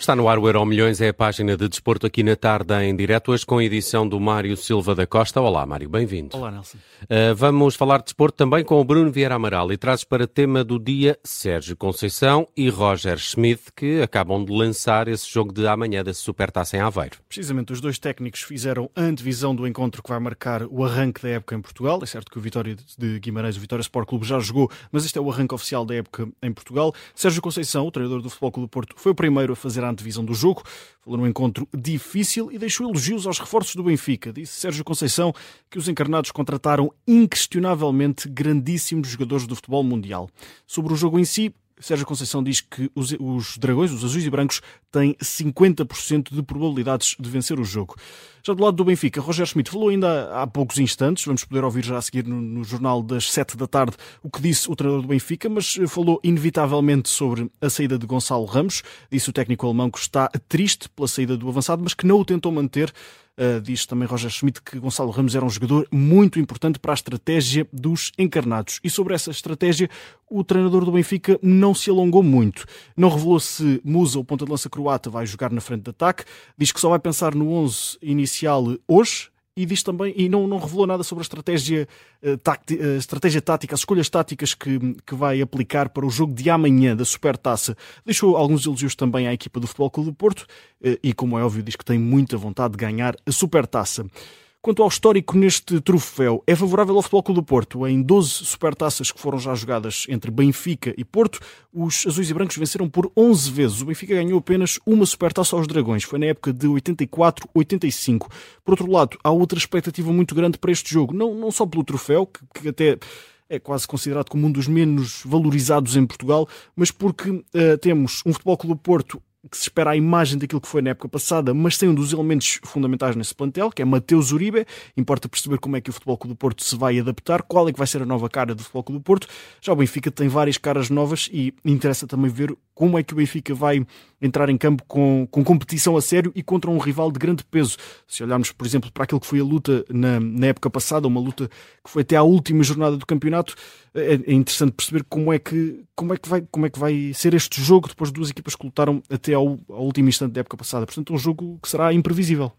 Está no ar o Euromilhões, é a página de desporto aqui na tarde em direto, hoje com a edição do Mário Silva da Costa. Olá, Mário, bem-vindo. Olá, Nelson. Vamos falar de desporto também com o Bruno Vieira Amaral e trazes para tema do dia Sérgio Conceição e Roger Schmidt, que acabam de lançar esse jogo de amanhã da Supertaça em Aveiro. Precisamente, os dois técnicos fizeram a antevisão do encontro que vai marcar o arranque da época em Portugal. É certo que o Vitória de Guimarães, o Vitória Sport Clube, já jogou, mas este é o arranque oficial da época em Portugal. Sérgio Conceição, o treinador do Futebol Clube do Porto, foi o primeiro a fazer a antevisão do jogo. Falou num encontro difícil e deixou elogios aos reforços do Benfica. Disse Sérgio Conceição que os encarnados contrataram inquestionavelmente grandíssimos jogadores do futebol mundial. Sobre o jogo em si, Sérgio Conceição diz que os dragões, os azuis e brancos, têm 50% de probabilidades de vencer o jogo. Já do lado do Benfica, Roger Schmidt falou ainda há poucos instantes, vamos poder ouvir já a seguir no jornal das 7 da tarde o que disse o treinador do Benfica, mas falou inevitavelmente sobre a saída de Gonçalo Ramos. Disse o técnico alemão que está triste pela saída do avançado, mas que não o tentou manter. Diz também Roger Schmidt que Gonçalo Ramos era um jogador muito importante para a estratégia dos encarnados. E sobre essa estratégia, o treinador do Benfica não se alongou muito. Não revelou se Musa, o ponta de lança croata, vai jogar na frente de ataque. Diz que só vai pensar no 11 inicial hoje. E diz também, e não revelou nada sobre a estratégia tática, as escolhas táticas que vai aplicar para o jogo de amanhã da Supertaça. Deixou alguns elogios também à equipa do Futebol Clube do Porto e, como é óbvio, diz que tem muita vontade de ganhar a Supertaça. Quanto ao histórico neste troféu, é favorável ao Futebol Clube do Porto. Em 12 supertaças que foram já jogadas entre Benfica e Porto, os azuis e brancos venceram por 11 vezes. O Benfica ganhou apenas uma supertaça aos Dragões. Foi na época de 84-85. Por outro lado, há outra expectativa muito grande para este jogo. Não só pelo troféu, que até é quase considerado como um dos menos valorizados em Portugal, mas porque temos um Futebol Clube do Porto que se espera a imagem daquilo que foi na época passada, mas tem um dos elementos fundamentais nesse plantel, que é Mateus Uribe. Importa perceber como é que o Futebol Clube do Porto se vai adaptar, qual é que vai ser a nova cara do Futebol Clube do Porto. Já o Benfica tem várias caras novas e interessa também ver como é que o Benfica vai entrar em campo com competição a sério e contra um rival de grande peso. Se olharmos, por exemplo, para aquilo que foi a luta na época passada, uma luta que foi até à última jornada do campeonato, é interessante perceber como é que vai ser este jogo depois de duas equipas que lutaram até ao último instante da época passada. Portanto, um jogo que será imprevisível.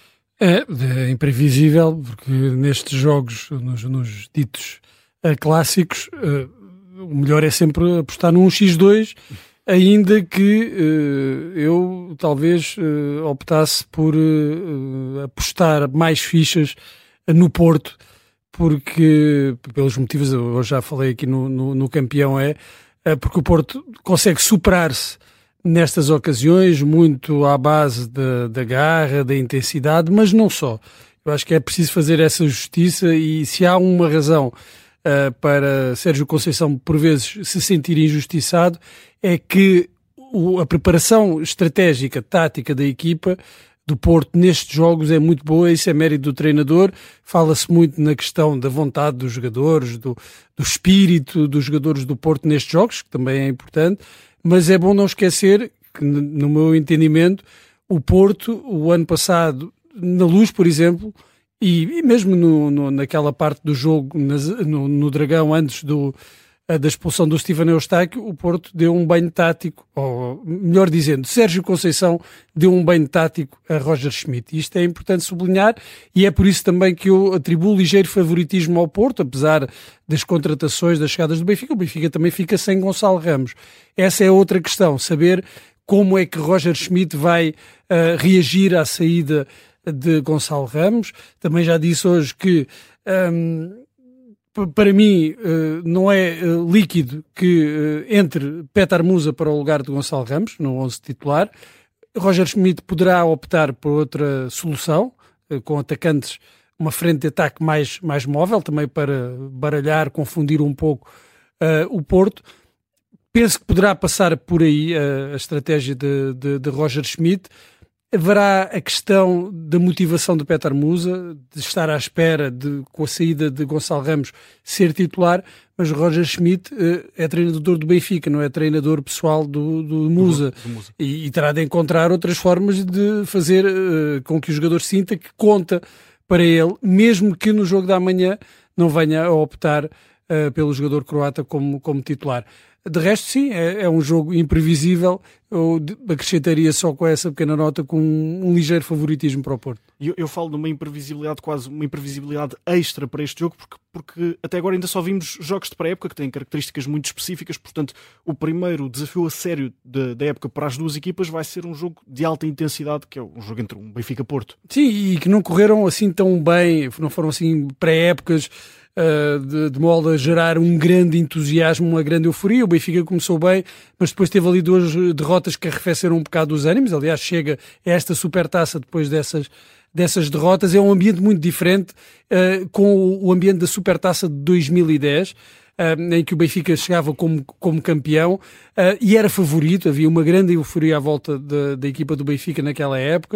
É imprevisível, porque nestes jogos, nos ditos clássicos, o melhor é sempre apostar num X2, ainda que eu talvez optasse por apostar mais fichas no Porto, porque, pelos motivos, eu já falei aqui no campeão, porque o Porto consegue superar-se nestas ocasiões, muito à base da garra, da intensidade, mas não só. Eu acho que é preciso fazer essa justiça e se há uma razão para Sérgio Conceição, por vezes, se sentir injustiçado, é que a preparação estratégica, tática da equipa do Porto nestes jogos é muito boa, isso é mérito do treinador. Fala-se muito na questão da vontade dos jogadores, do espírito dos jogadores do Porto nestes jogos, que também é importante, mas é bom não esquecer que, no meu entendimento, o Porto, o ano passado, na Luz, por exemplo, e mesmo naquela parte do jogo, no Dragão, antes da expulsão do Steven Eustáquio, o Porto deu um banho tático, ou melhor dizendo, Sérgio Conceição deu um banho tático a Roger Schmidt. Isto é importante sublinhar e é por isso também que eu atribuo ligeiro favoritismo ao Porto, apesar das contratações, das chegadas do Benfica. O Benfica também fica sem Gonçalo Ramos. Essa é outra questão, saber como é que Roger Schmidt vai reagir à saída de Gonçalo Ramos. Também já disse hoje que para mim não é líquido que entre Petar Musa para o lugar de Gonçalo Ramos, no 11 titular. Roger Schmidt poderá optar por outra solução, com atacantes, uma frente de ataque mais móvel, também para baralhar, confundir um pouco o Porto. Penso que poderá passar por aí a estratégia de Roger Schmidt. Haverá a questão da motivação de Petar Musa, de estar à espera com a saída de Gonçalo Ramos, ser titular, mas Roger Schmidt é treinador do Benfica, não é treinador pessoal do Musa. Do Musa. E terá de encontrar outras formas de fazer com que o jogador sinta que conta para ele, mesmo que no jogo da manhã não venha a optar pelo jogador croata como titular. De resto, sim, é um jogo imprevisível. Eu acrescentaria só com essa pequena nota com um ligeiro favoritismo para o Porto. Eu falo de uma imprevisibilidade, quase uma imprevisibilidade extra para este jogo, porque até agora ainda só vimos jogos de pré-época que têm características muito específicas. Portanto, o primeiro desafio a sério da época para as duas equipas vai ser um jogo de alta intensidade, que é um jogo entre um Benfica-Porto. Sim, e que não correram assim tão bem, não foram assim pré-épocas de modo a gerar um grande entusiasmo, uma grande euforia. O Benfica começou bem, mas depois teve ali 2 derrotas que arrefeceram um bocado os ânimos. Aliás, chega a esta supertaça depois dessas derrotas. É um ambiente muito diferente com o ambiente da supertaça de 2010, em que o Benfica chegava como campeão e era favorito. Havia uma grande euforia à volta da equipa do Benfica naquela época.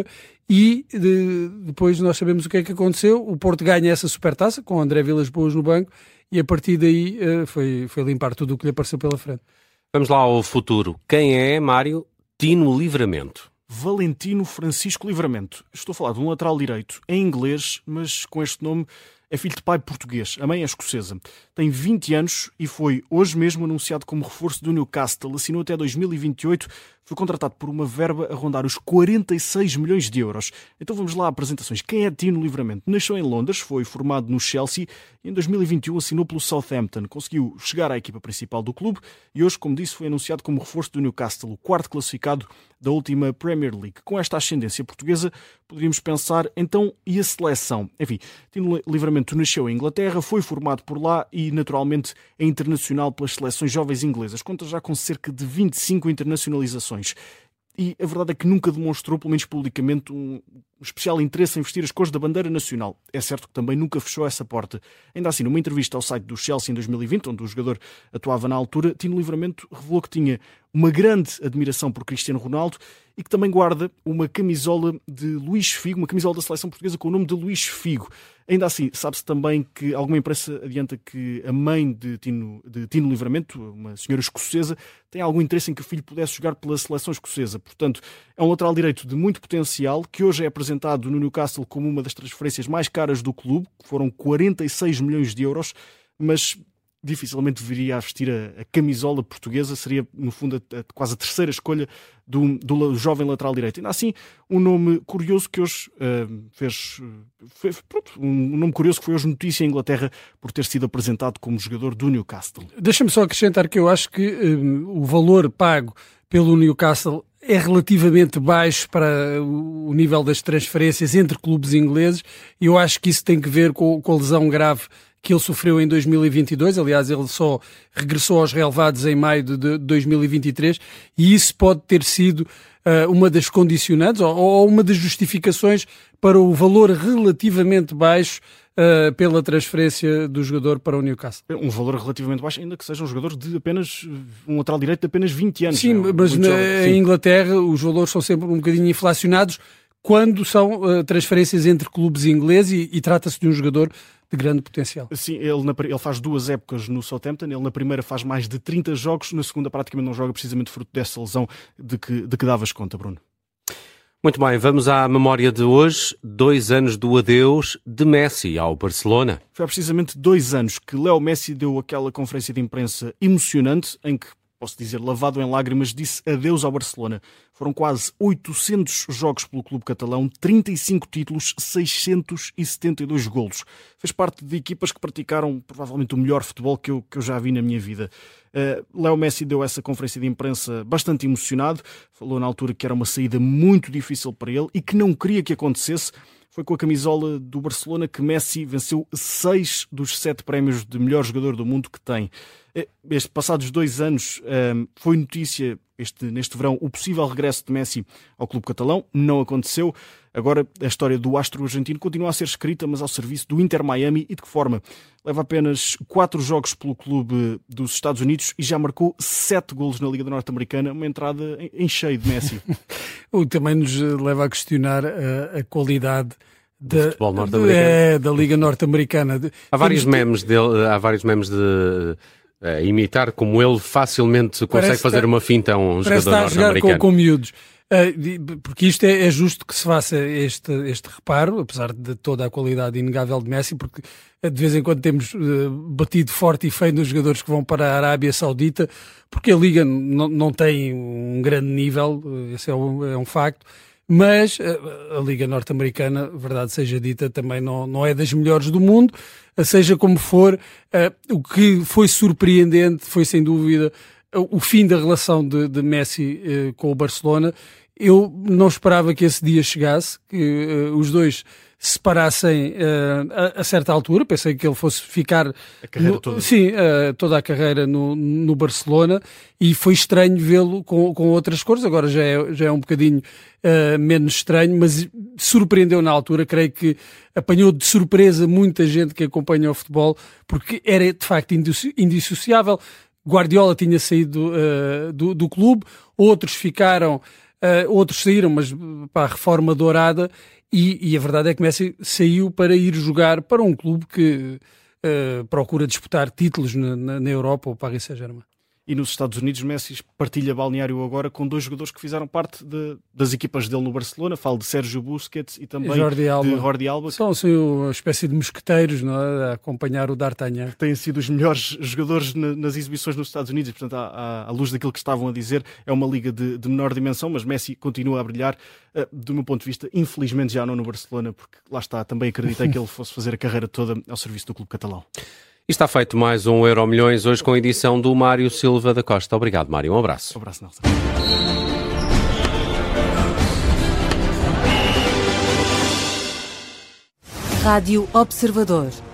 E depois nós sabemos o que é que aconteceu. O Porto ganha essa supertaça com André Vilas-Boas no banco e a partir daí foi limpar tudo o que lhe apareceu pela frente. Vamos lá ao futuro. Quem é, Mário, Tino Livramento? Valentino Francisco Livramento. Estou a falar de um lateral direito em inglês, mas com este nome. É filho de pai português, a mãe é escocesa. Tem 20 anos e foi hoje mesmo anunciado como reforço do Newcastle. Assinou até 2028, foi contratado por uma verba a rondar os 46 milhões de euros. Então vamos lá a apresentações. Quem é Tino Livramento? Nasceu em Londres, foi formado no Chelsea e em 2021 assinou pelo Southampton. Conseguiu chegar à equipa principal do clube e hoje, como disse, foi anunciado como reforço do Newcastle, o quarto classificado da última Premier League. Com esta ascendência portuguesa, poderíamos pensar, então, e a seleção? Enfim, Tino Livramento nasceu em Inglaterra, foi formado por lá e, naturalmente, é internacional pelas seleções jovens inglesas. Conta já com cerca de 25 internacionalizações. E a verdade é que nunca demonstrou, pelo menos publicamente, um especial interesse em vestir as cores da bandeira nacional. É certo que também nunca fechou essa porta. Ainda assim, numa entrevista ao site do Chelsea em 2020, onde o jogador atuava na altura, Tino Livramento revelou que tinha uma grande admiração por Cristiano Ronaldo e que também guarda uma camisola de Luís Figo, uma camisola da seleção portuguesa com o nome de Luís Figo. Ainda assim, sabe-se também que alguma imprensa adianta que a mãe de Tino Livramento, uma senhora escocesa, tem algum interesse em que o filho pudesse jogar pela seleção escocesa. Portanto, é um lateral direito de muito potencial, que hoje é apresentado no Newcastle como uma das transferências mais caras do clube, que foram 46 milhões de euros, mas dificilmente viria a vestir a camisola portuguesa, seria, no fundo, quase a terceira escolha do jovem lateral direito. Ainda assim, um nome curioso que hoje um nome curioso que foi hoje notícia em Inglaterra por ter sido apresentado como jogador do Newcastle. Deixa-me só acrescentar que eu acho que o valor pago pelo Newcastle é relativamente baixo para o nível das transferências entre clubes ingleses e eu acho que isso tem que ver com a lesão grave que ele sofreu em 2022, aliás ele só regressou aos relevados em maio de 2023 e isso pode ter sido uma das condicionantes ou uma das justificações para o valor relativamente baixo pela transferência do jogador para o Newcastle. Um valor relativamente baixo, ainda que seja um jogador de apenas um lateral direito de apenas 20 anos. Sim, mas em Inglaterra os valores são sempre um bocadinho inflacionados quando são transferências entre clubes ingleses e trata-se de um jogador de grande potencial. Sim, ele faz 2 épocas no Southampton, ele na primeira faz mais de 30 jogos, na segunda praticamente não joga, precisamente fruto dessa lesão de que davas conta, Bruno. Muito bem, vamos à memória de hoje, 2 anos do adeus de Messi ao Barcelona. Foi há precisamente 2 anos que Leo Messi deu aquela conferência de imprensa emocionante em que, posso dizer, lavado em lágrimas, disse adeus ao Barcelona. Foram quase 800 jogos pelo clube catalão, 35 títulos, 672 golos. Fez parte de equipas que praticaram provavelmente o melhor futebol que eu já vi na minha vida. Leo Messi deu essa conferência de imprensa bastante emocionado. Falou na altura que era uma saída muito difícil para ele e que não queria que acontecesse. Foi com a camisola do Barcelona que Messi venceu 6 dos 7 prémios de melhor jogador do mundo que tem. Passados 2 anos, foi notícia neste verão o possível regresso de Messi ao clube catalão. Não aconteceu. Agora a história do astro argentino continua a ser escrita, mas ao serviço do Inter Miami. E de que forma? Leva apenas 4 jogos pelo clube dos Estados Unidos e já marcou 7 golos na Liga Norte-Americana, uma entrada em cheio de Messi. O que também nos leva a questionar a qualidade futebol norte-americano. Da Liga Norte-Americana. Há vários memes de imitar como ele facilmente consegue fazer uma finta a um jogador norte-americano. Parece estar a jogar com miúdos. Porque isto é justo que se faça este reparo, apesar de toda a qualidade inegável de Messi, porque de vez em quando temos batido forte e feio nos jogadores que vão para a Arábia Saudita, porque a Liga não tem um grande nível, esse é um facto, mas a Liga Norte-Americana, verdade seja dita, também não é das melhores do mundo. Seja como for, o que foi surpreendente foi sem dúvida o fim da relação de Messi com o Barcelona. Eu não esperava que esse dia chegasse, que os dois se separassem a certa altura. Pensei que ele fosse ficar a carreira toda. Sim, toda a carreira no Barcelona, e foi estranho vê-lo com outras cores. Agora já é um bocadinho menos estranho, mas surpreendeu na altura. Creio que apanhou de surpresa muita gente que acompanha o futebol, porque era de facto indissociável. Guardiola tinha saído do clube, outros saíram, mas para a reforma dourada, e a verdade é que Messi saiu para ir jogar para um clube que procura disputar títulos na Europa, o Paris Saint-Germain. E nos Estados Unidos, Messi partilha balneário agora com dois jogadores que fizeram parte das equipas dele no Barcelona. Falo de Sérgio Busquets e também de Jordi Alba. São assim, uma espécie de mosqueteiros, não é? A acompanhar o D'Artagnan. Têm sido os melhores jogadores nas exibições nos Estados Unidos, e portanto, à luz daquilo que estavam a dizer, é uma liga de menor dimensão, mas Messi continua a brilhar. Do meu ponto de vista, infelizmente já não no Barcelona, porque lá está, também acreditei que ele fosse fazer a carreira toda ao serviço do clube catalão. E está feito mais um Euromilhões, hoje com a edição do Mário Silva da Costa. Obrigado, Mário. Um abraço. Um abraço, Nelson. Rádio Observador.